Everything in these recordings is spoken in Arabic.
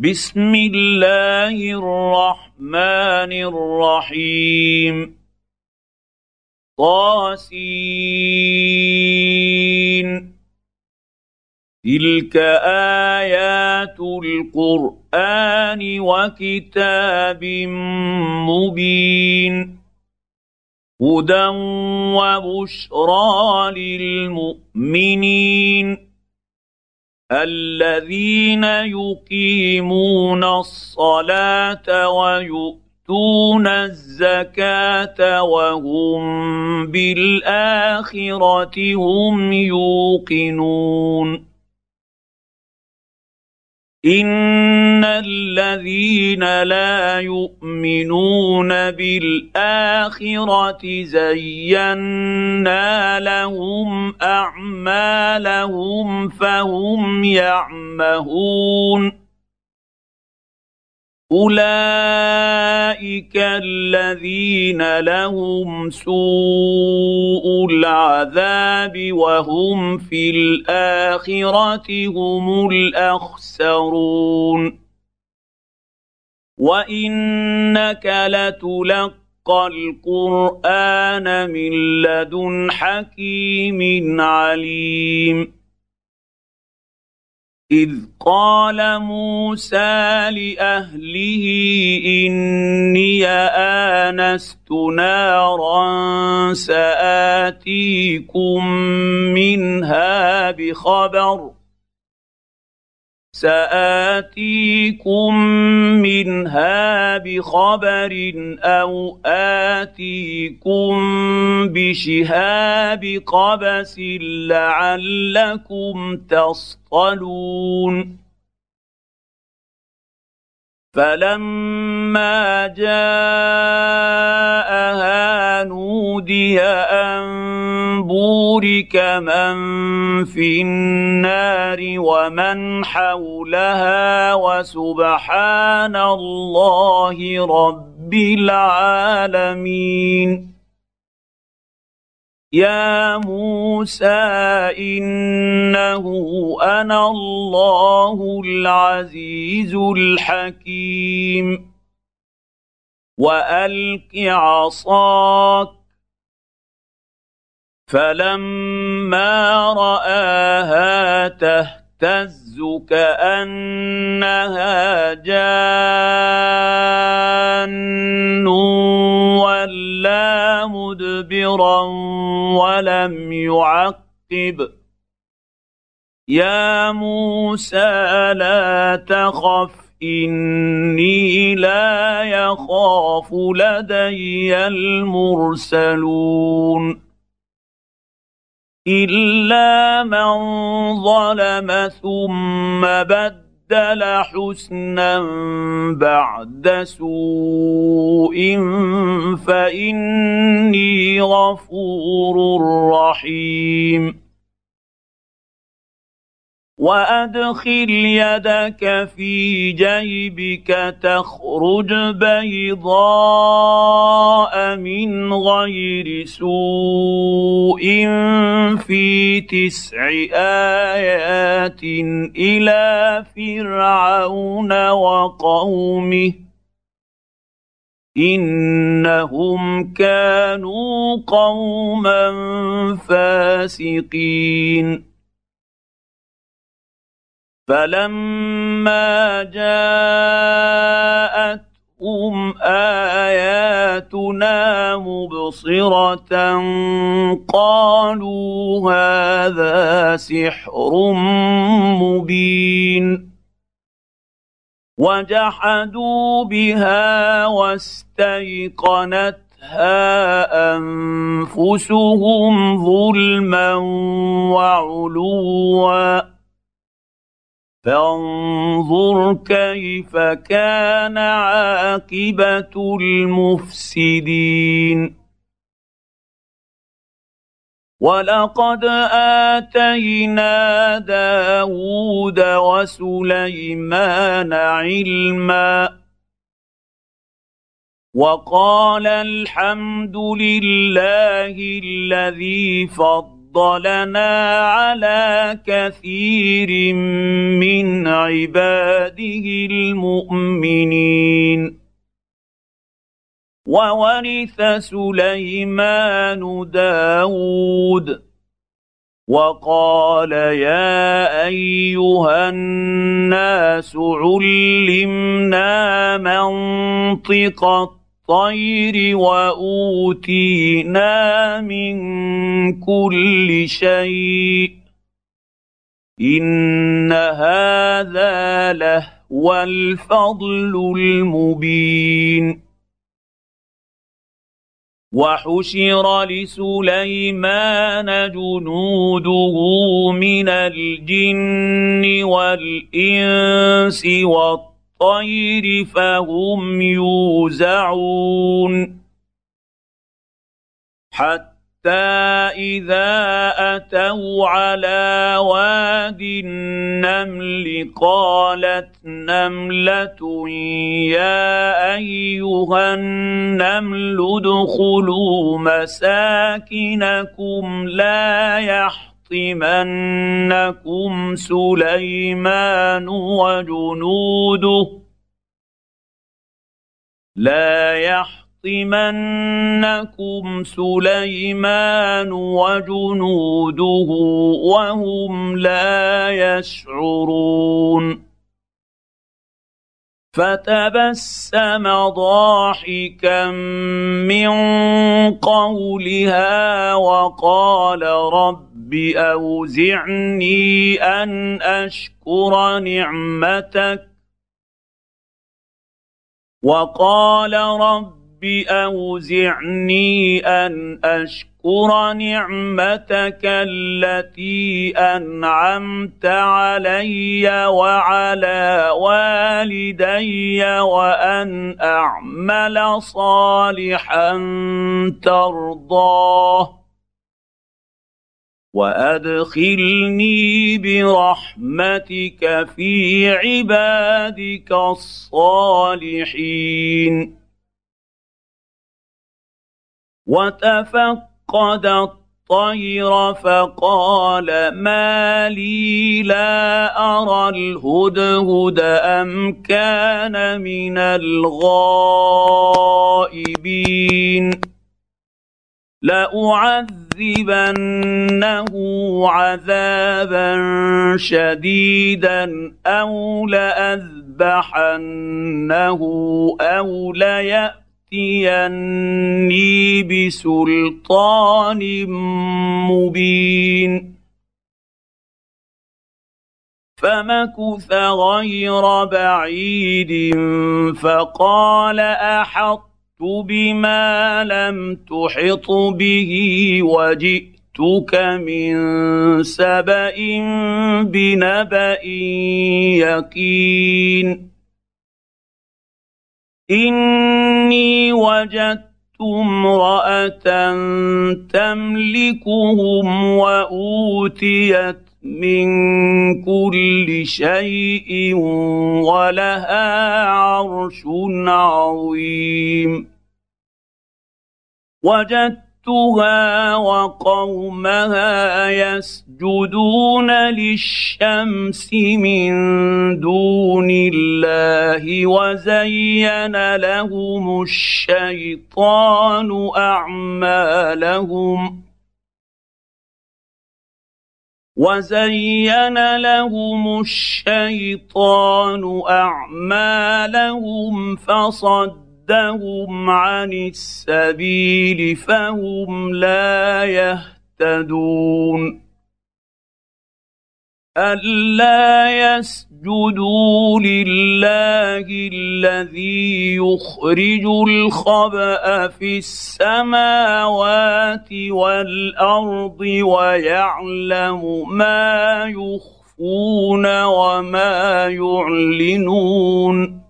بسم الله الرحمن الرحيم طاسين تلك آيات القرآن وكتاب مبين هدى وبشرى للمؤمنين الذين يقيمون الصلاة ويؤتون الزكاة وهم بالآخرة هم يوقنون إن الذين لا يؤمنون بالآخرة زينا لهم أعمالهم فهم يعمهون أولئك الذين لهم سوء العذاب وهم في الآخرة هم الأخسرون وإنك لتلقى القرآن من لدن حكيم عليم إذ قال موسى لأهله إني آنست نارا سآتيكم منها بخبر أو آتيكم بشهاب قبس لعلكم تصطلون فلما جاءها نودي أن بورك من في النار ومن حولها وسبحان الله رب العالمين يا موسى إنه أنا الله العزيز الحكيم وألق عصاك فلما رآها تهتز كأنها جان ولا مدبرا ولم يعقب يا موسى لا تخف إني لا يخاف لدي المرسلون إلا من ظلم ثم بدل حسنا بعد سوء فإني غفور رحيم وأدخل يدك في جيبك تخرج بيضاء من غير سوء في 9 آيات إلى فرعون وقومه إنهم كانوا قوما فاسقين فلما جاءتهم آياتنا مبصرة قالوا هذا سحر مبين وجحدوا بها واستيقنتها أنفسهم ظلما وعلوا فانظر كيف كان عاقبة المفسدين ولقد آتينا داود وسليمان علما وقال الحمد لله الذي فضل فضلنا على كثير من عباده المؤمنين. وورث سليمان داود وقال يا أيها الناس علمنا منطق الطير وأوتينا من كل شيء إن هذا لهو الفضل المبين. وحشر لسليمان جنوده من الجن والإنس والطير فهم يوزعون حتى إذا أتوا على واد النمل قالت نملة يا أيها النمل ادخلوا مساكنكم لا يحطمنكم سليمان وجنوده وهم لا يشعرون. فتبسم ضاحكا من قولها وقال رب أوزعني أن أشكر نعمتك التي أنعمت علي وعلى والدي وأن أعمل صالحا ترضاه وأدخلني برحمتك في عبادك الصالحين. وتفقد الطير فقال ما لي لا أرى الهدهد أم كان من الغائبين لأعذبنه عذابا شديدا أو لأذبحنه أو ليأتيني بسلطان مبين. فمكث غير بعيد فقال أحطت بما لم تحط به وجئتك من سبأ بنبأ يقين. إني وجدت امرأة تملكهم وأوتيت من كل شيء ولها عرش عظيم. وجدتها وقومها يسجدون للشمس من دون الله وزين لهم الشيطان أعمالهم فصدهم عن السبيل فهم لا يهتدون. ألا يسجدوا لله الذي يخرج الخبأ في السماوات والأرض ويعلم ما يخفون وما يعلنون.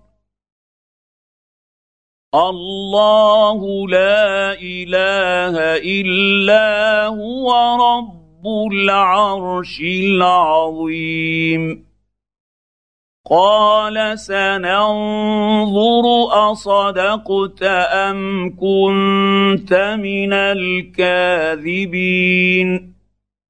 الله لا إله إلا هو رب العرش العظيم. قال سننظر أصدقت أم كنت من الكاذبين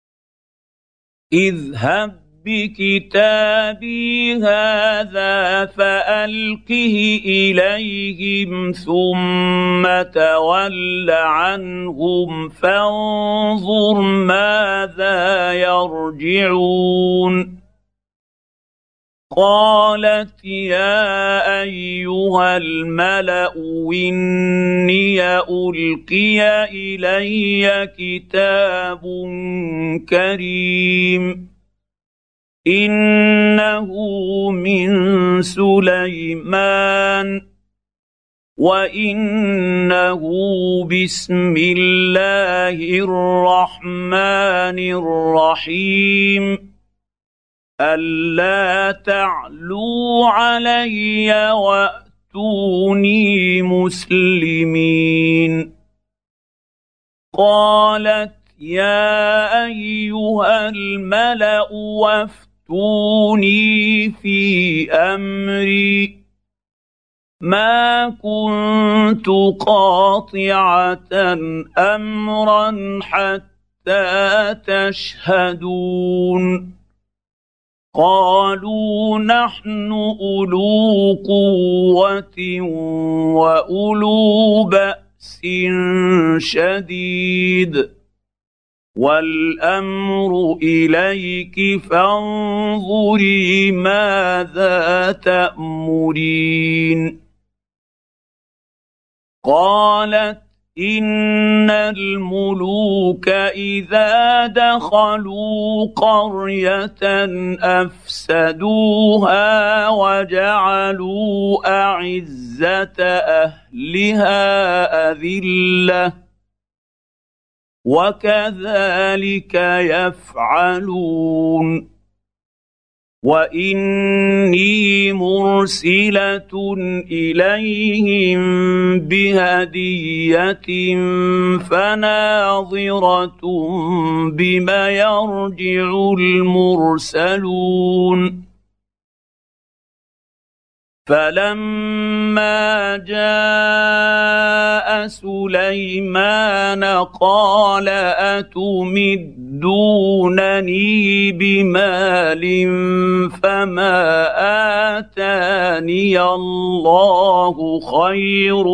اذهب بكتابي هذا فألقه إليهم ثم تول عنهم فانظر ماذا يرجعون. قالت يا أيها الملأ إني ألقي إلي كتاب كريم إنه من سليمان وإنه بسم الله الرحمن الرحيم ألا تعلوا علي وأتوني مسلمين. قالت يا أيها الملأ وافتوني في أمري ما كنت قاطعة أمرا حتى تشهدون. قالوا نحن أولو قوة وأولو بأس شديد والأمر إليك فانظري ماذا تأمرين. قالت إن الملوك إذا دخلوا قرية أفسدوها وجعلوا أعزة أهلها أذلة وكذلك يفعلون. وإني مرسلة إليهم بهدية فناظرة بما يرجع المرسلون. فلما جاء سليمان قال أتمدونني بمال فما آتاني الله خير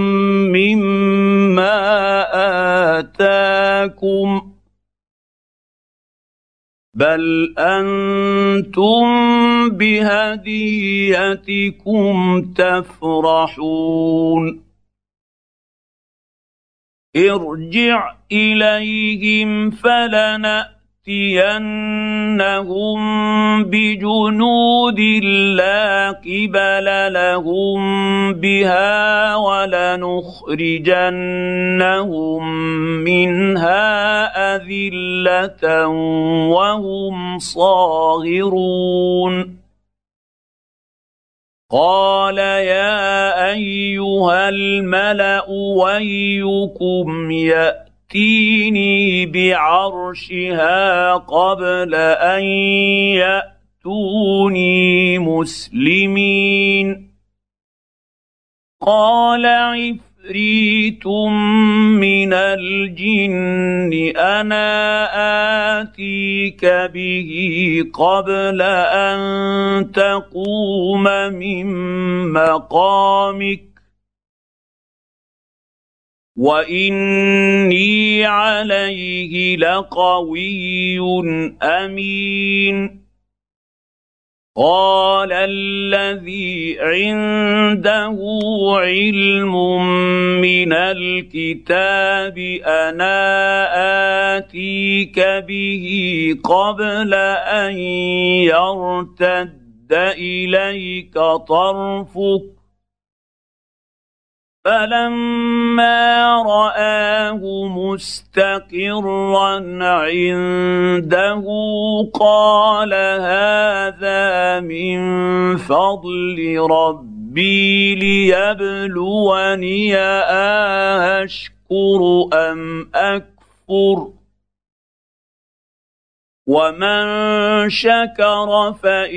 مما آتاكم بل أنتم بهديتكم تفرحون. ارجع إليهم فلنأتينهم بجنود لا قبل لهم بها ولنخرجنهم منها أذلة وهم صاغرون. قال يا أيها الملأ أيكم يأتيني بعرشها قبل أن يأتوني مسلمين. قال عفريت من الجن أنا آتيك به قبل أن تقوم من مقامك وإني عليه لقوي أمين. قال الذي عنده علم من الكتاب أنا آتيك به قبل أن يرتد إليك طرفك فلما رآه مستقرا عنده قال هذا من فضل ربي ليبلوني أشكر أم أكفر ومن شكر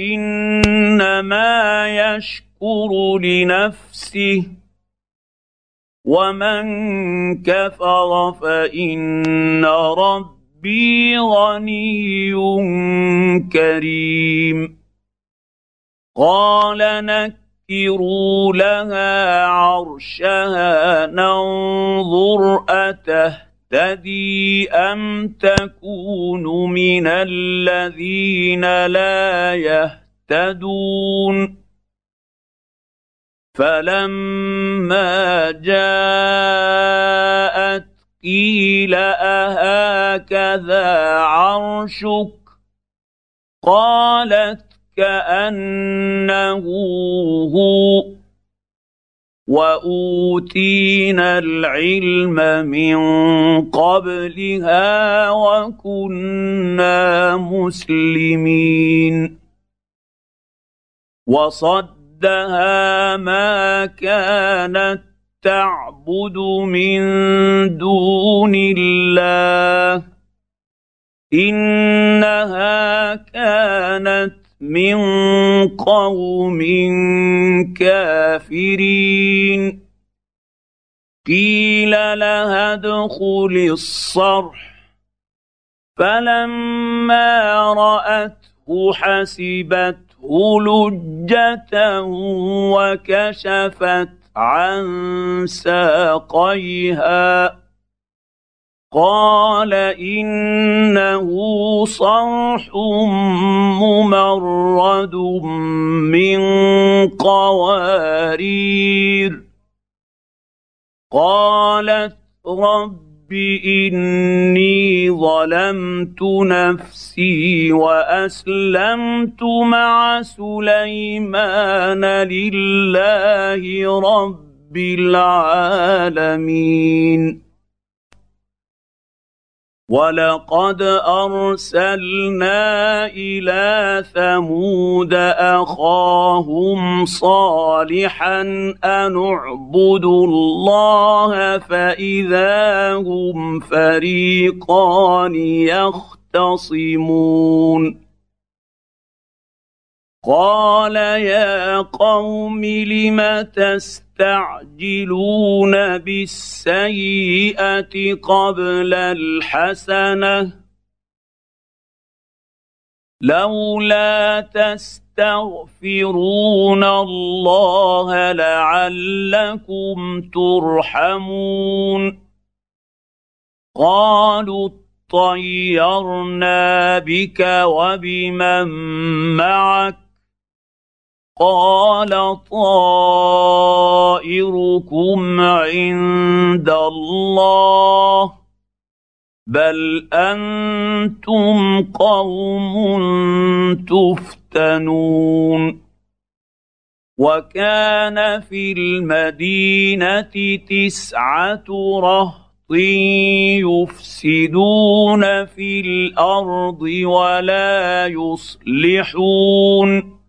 فإنما يشكر لنفسه ومن كفر فإن ربي ربي غني كريم. قال نكروا لها عرشها ننظر أتهتدي أم تكون من الذين لا يهتدون. فلما جاءت قيل أهكذا عرشك قالت كأنه هو وأوتينا العلم من قبلها وكنا مسلمين. وصدها ما كانت تعبد من دون الله إنها كانت من قوم كافرين. قيل لها ادخل الصرح فلما رأته حسبته لجة وكشفت عن ساقيها قال إنه صرح ممرد من قوارير. قالت رب إني ظلمت نفسي وأسلمت مع سليمان لله رب العالمين. ولقد أرسلنا إلى ثمود أخاهم صالحا أن اعبدوا الله فإذا هم فريقان يختصمون. قال يا قوم لم تستعجلون بالسيئة قبل الحسنة لولا تستغفرون الله لعلكم ترحمون. قالوا اطيرنا بك وبمن معك قال طائركم عند الله بل أنتم قوم تفتنون. وكان في المدينة 9 رهط يفسدون في الأرض ولا يصلحون.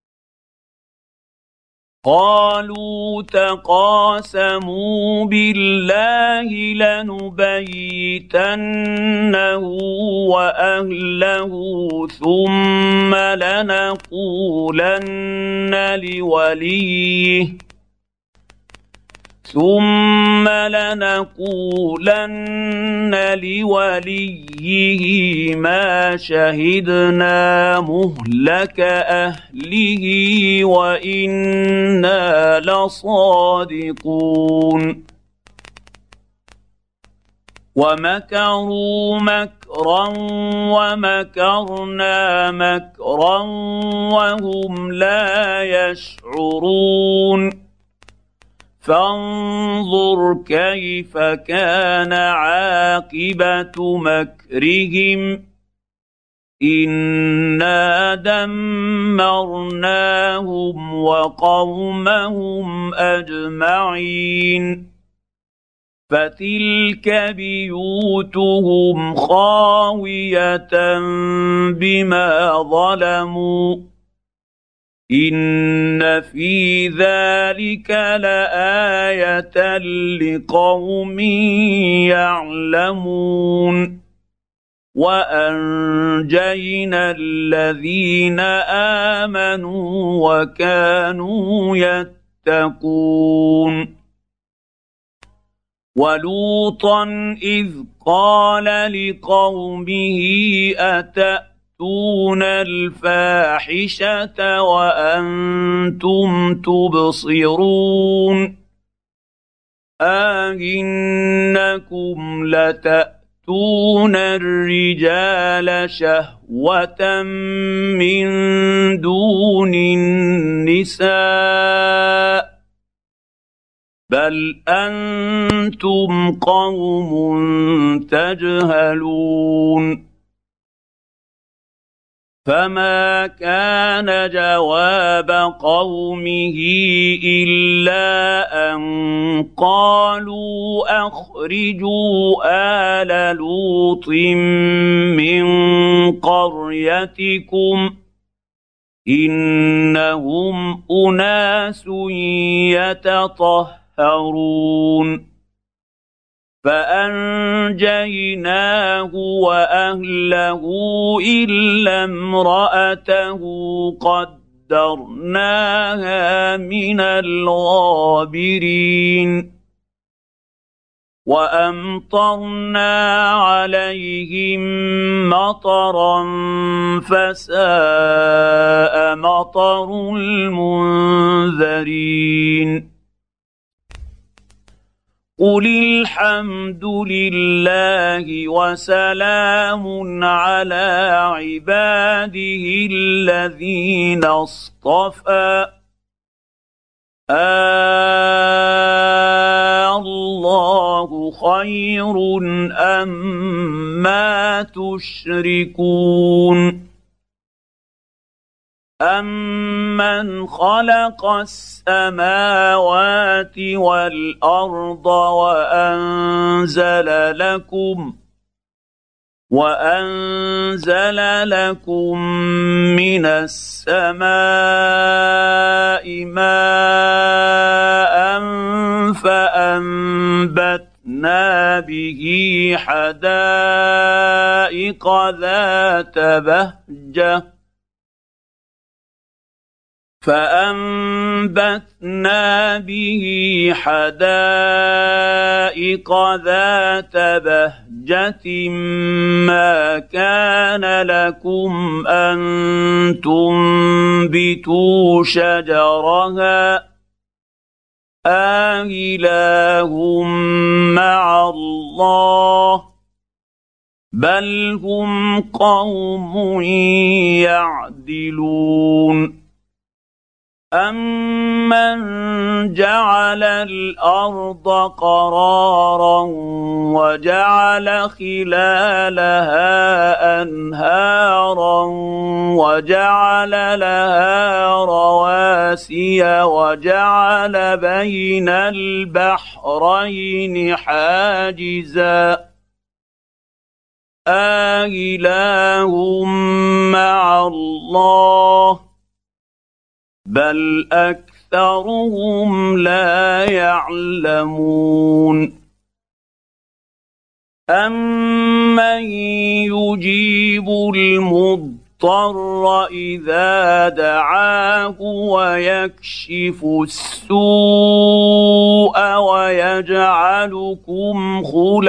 قالوا تقاسموا بالله لنبيتنه وأهله ثم لنقولن لوليه ما شهدنا مهلك أهله وإنا لصادقون. ومكروا مكرا ومكرنا مكرا وهم لا يشعرون. فانظر كيف كان عاقبة مكرهم إنا دمرناهم وقومهم أجمعين. فتلك بيوتهم خاوية بما ظلموا إن في ذلك لآية لقوم يعلمون. وأنجينا الذين آمنوا وكانوا يتقون. ولوطا إذ قال لقومه أتأتون الفاحشة وأنتم تبصرون أئنكم لتأتون الرجال شهوة من دون النساء بل أنتم قوم تجهلون فما كان جواب قومه إلا أن قالوا أخرجوا آل لوط من قريتكم إنهم أناس يتطهرون فأنجيناه وأهله إلا امرأته قدرناها من الغابرين وأمطرنا عليهم مطرا فساء مطر المنذرين قل الحمد لله وسلام على عباده الذين اصطفى الله خير أما تشركون أمن خلق السماوات والأرض وأنزل لكم من السماء ماء فأنبتنا به حدائق ذات بهجة ما كان لكم أن تنبتوا شجرها آلهة مع الله بل هم قوم يعدلون أمن جعل الأرض قرارا وجعل خلالها أنهارا وجعل لها رواسي وجعل بين البحرين حاجزا آلهة مع الله بل أكثرهم لا يعلمون أمن يجيب المضطر إذا دعاه ويكشف السوء ويجعلكم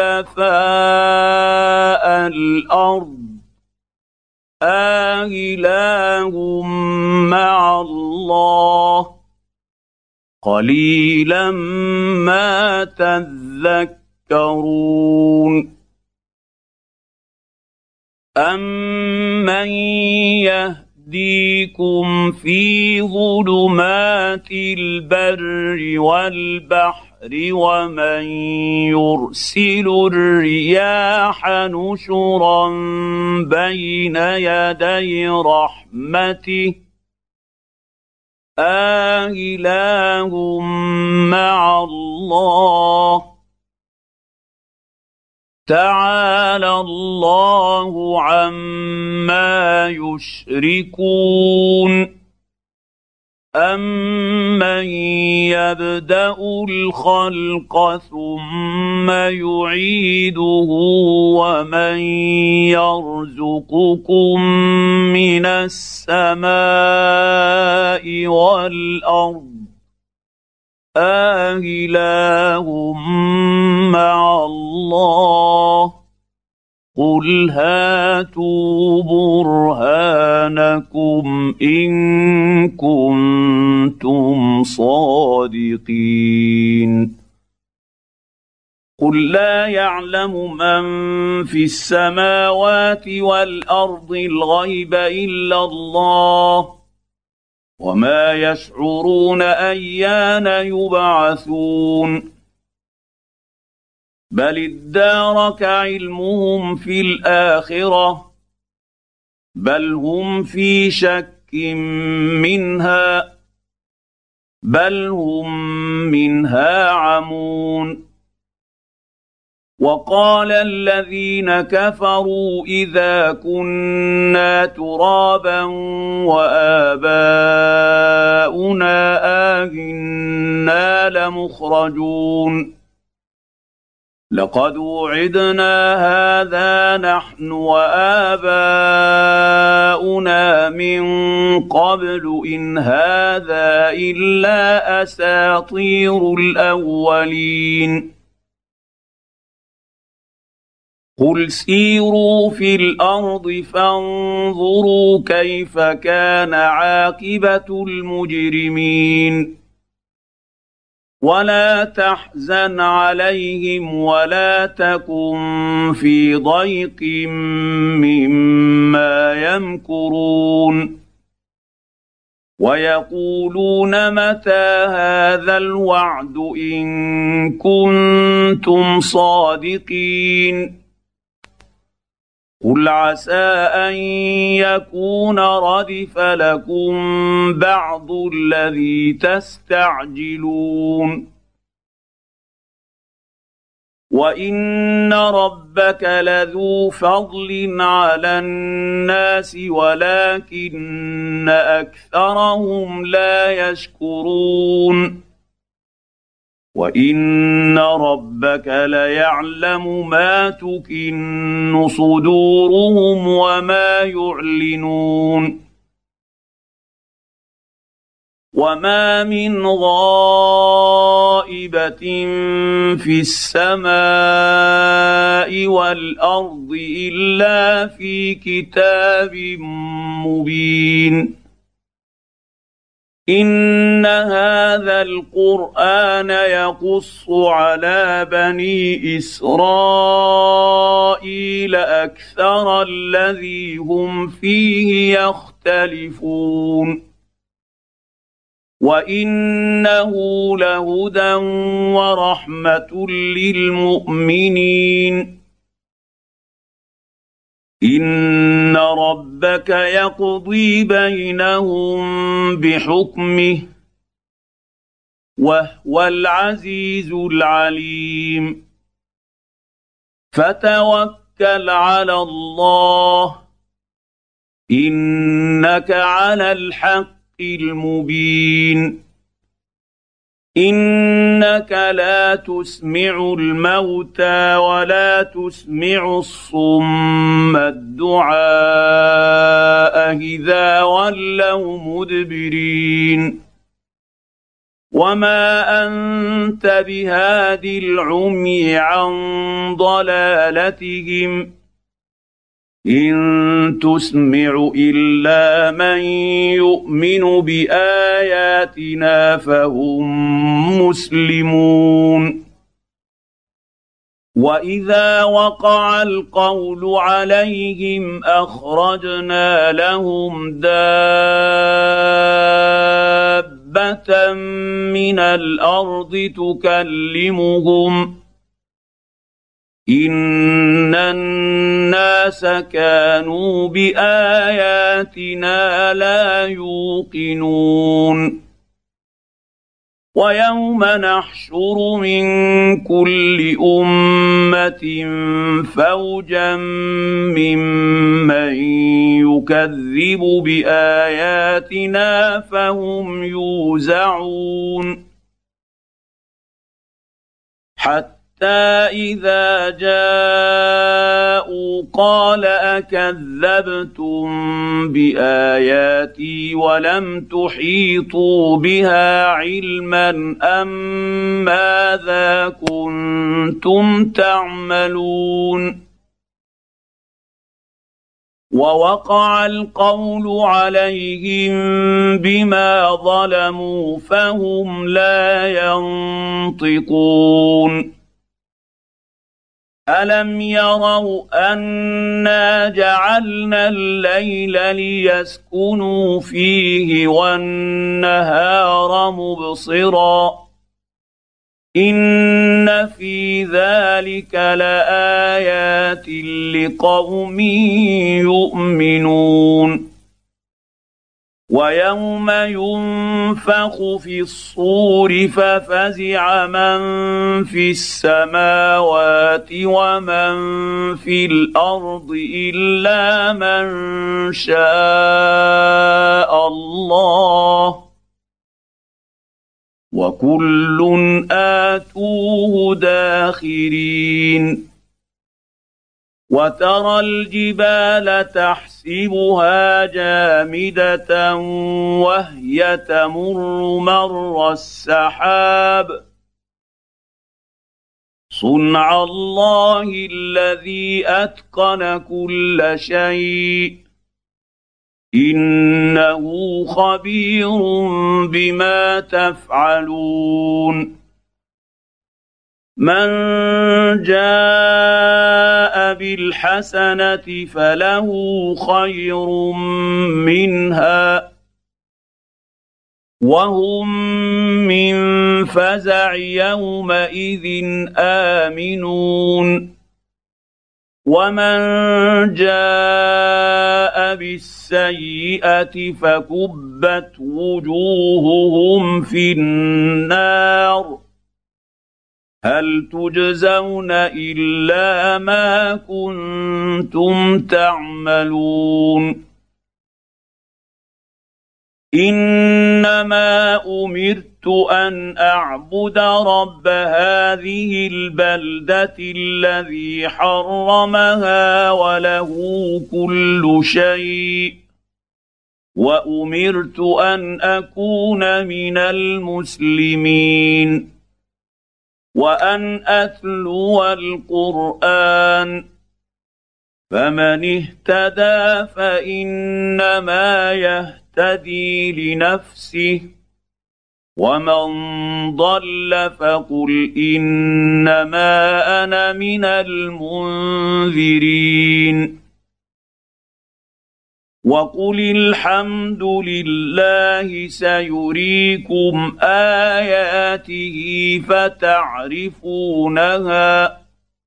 خلفاء الأرض آلهة مع الله قليلا ما تذكرون أمن يهديكم في ظلمات البر والبحر ومن يرسل الرياح نشرا بين يدي رحمته آلهة مع الله تعالى الله عما يشركون أمن يبدأ الخلق ثم يعيده ومن يرزقكم من السماء والأرض آله مع الله قل هاتوا برهانكم إن كنتم صادقين قل لا يعلم من في السماوات والأرض الغيب إلا الله وما يشعرون أيان يبعثون بل ادارك علمهم في الآخرة بل هم في شك منها بل هم منها عمون وقال الذين كفروا إذا كنا ترابا وآباؤنا آئنا لمخرجون لقد وعدنا هذا نحن وآباؤنا من قبل إن هذا إلا أساطير الأولين قل سيروا في الأرض فانظروا كيف كان عاقبة المجرمين ولا تحزن عليهم ولا تكن في ضيق مما يمكرون ويقولون متى هذا الوعد إن كنتم صادقين قل عسى أن يكون ردف لكم بعض الذي تستعجلون وإن ربك لذو فضل على الناس ولكن أكثرهم لا يشكرون وإن ربك ليعلم ما تكن صدورهم وما يعلنون وما من غائبة في السماء والأرض إلا في كتاب مبين إن هذا القرآن يقص على بني إسرائيل أكثر الذي هم فيه يختلفون وإنه لهدى ورحمة للمؤمنين إن ربك يقضي بينهم بحكمه وهو العزيز العليم فتوكل على الله إنك على الحق المبين إنك لا تسمع الموتى ولا تسمع الصم الدعاء إذا ولوا مدبرين وما أنت بهاد العمي عن ضلالتهم إن تسمع إلا من يؤمن بآياتنا فهم مسلمون وإذا وقع القول عليهم أخرجنا لهم دابة من الأرض تكلمهم إن الناس كانوا بآياتنا لا يوقنون ويوم نحشر من كل أمة فوجا ممن يكذب بآياتنا فهم يوزعون حتى إذا جاءوا قال أكذبتم بآياتي ولم تحيطوا بها علما أم ماذا كنتم تعملون ووقع القول عليهم بما ظلموا فهم لا ينطقون ألم يروا أنا جعلنا الليل ليسكنوا فيه والنهار مبصرا إن في ذلك لآيات لقوم يؤمنون ويوم ينفخ في الصور ففزع من في السماوات ومن في الأرض إلا من شاء الله وكل آتوه داخرين وترى الجبال تحسبها جامدة وهي تمر مر السحاب صنع الله الذي أتقن كل شيء إنه خبير بما تفعلون من جاء بالحسنة فله خير منها وهم من فزع يومئذ آمنون ومن جاء بالسيئة فكبت وجوههم في النار هل تجزون إلا ما كنتم تعملون إنما أمرت أن أعبد رب هذه البلدة الذي حرمها وله كل شيء وأمرت أن أكون من المسلمين وأن أتلو القرآن فمن اهتدى فإنما يهتدي لنفسه ومن ضل فقل إنما أنا من المنذرين وقل الحمد لله سيريكم آياته فتعرفونها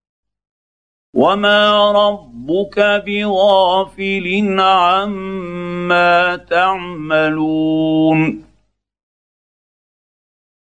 وما ربك بغافل عما تعملون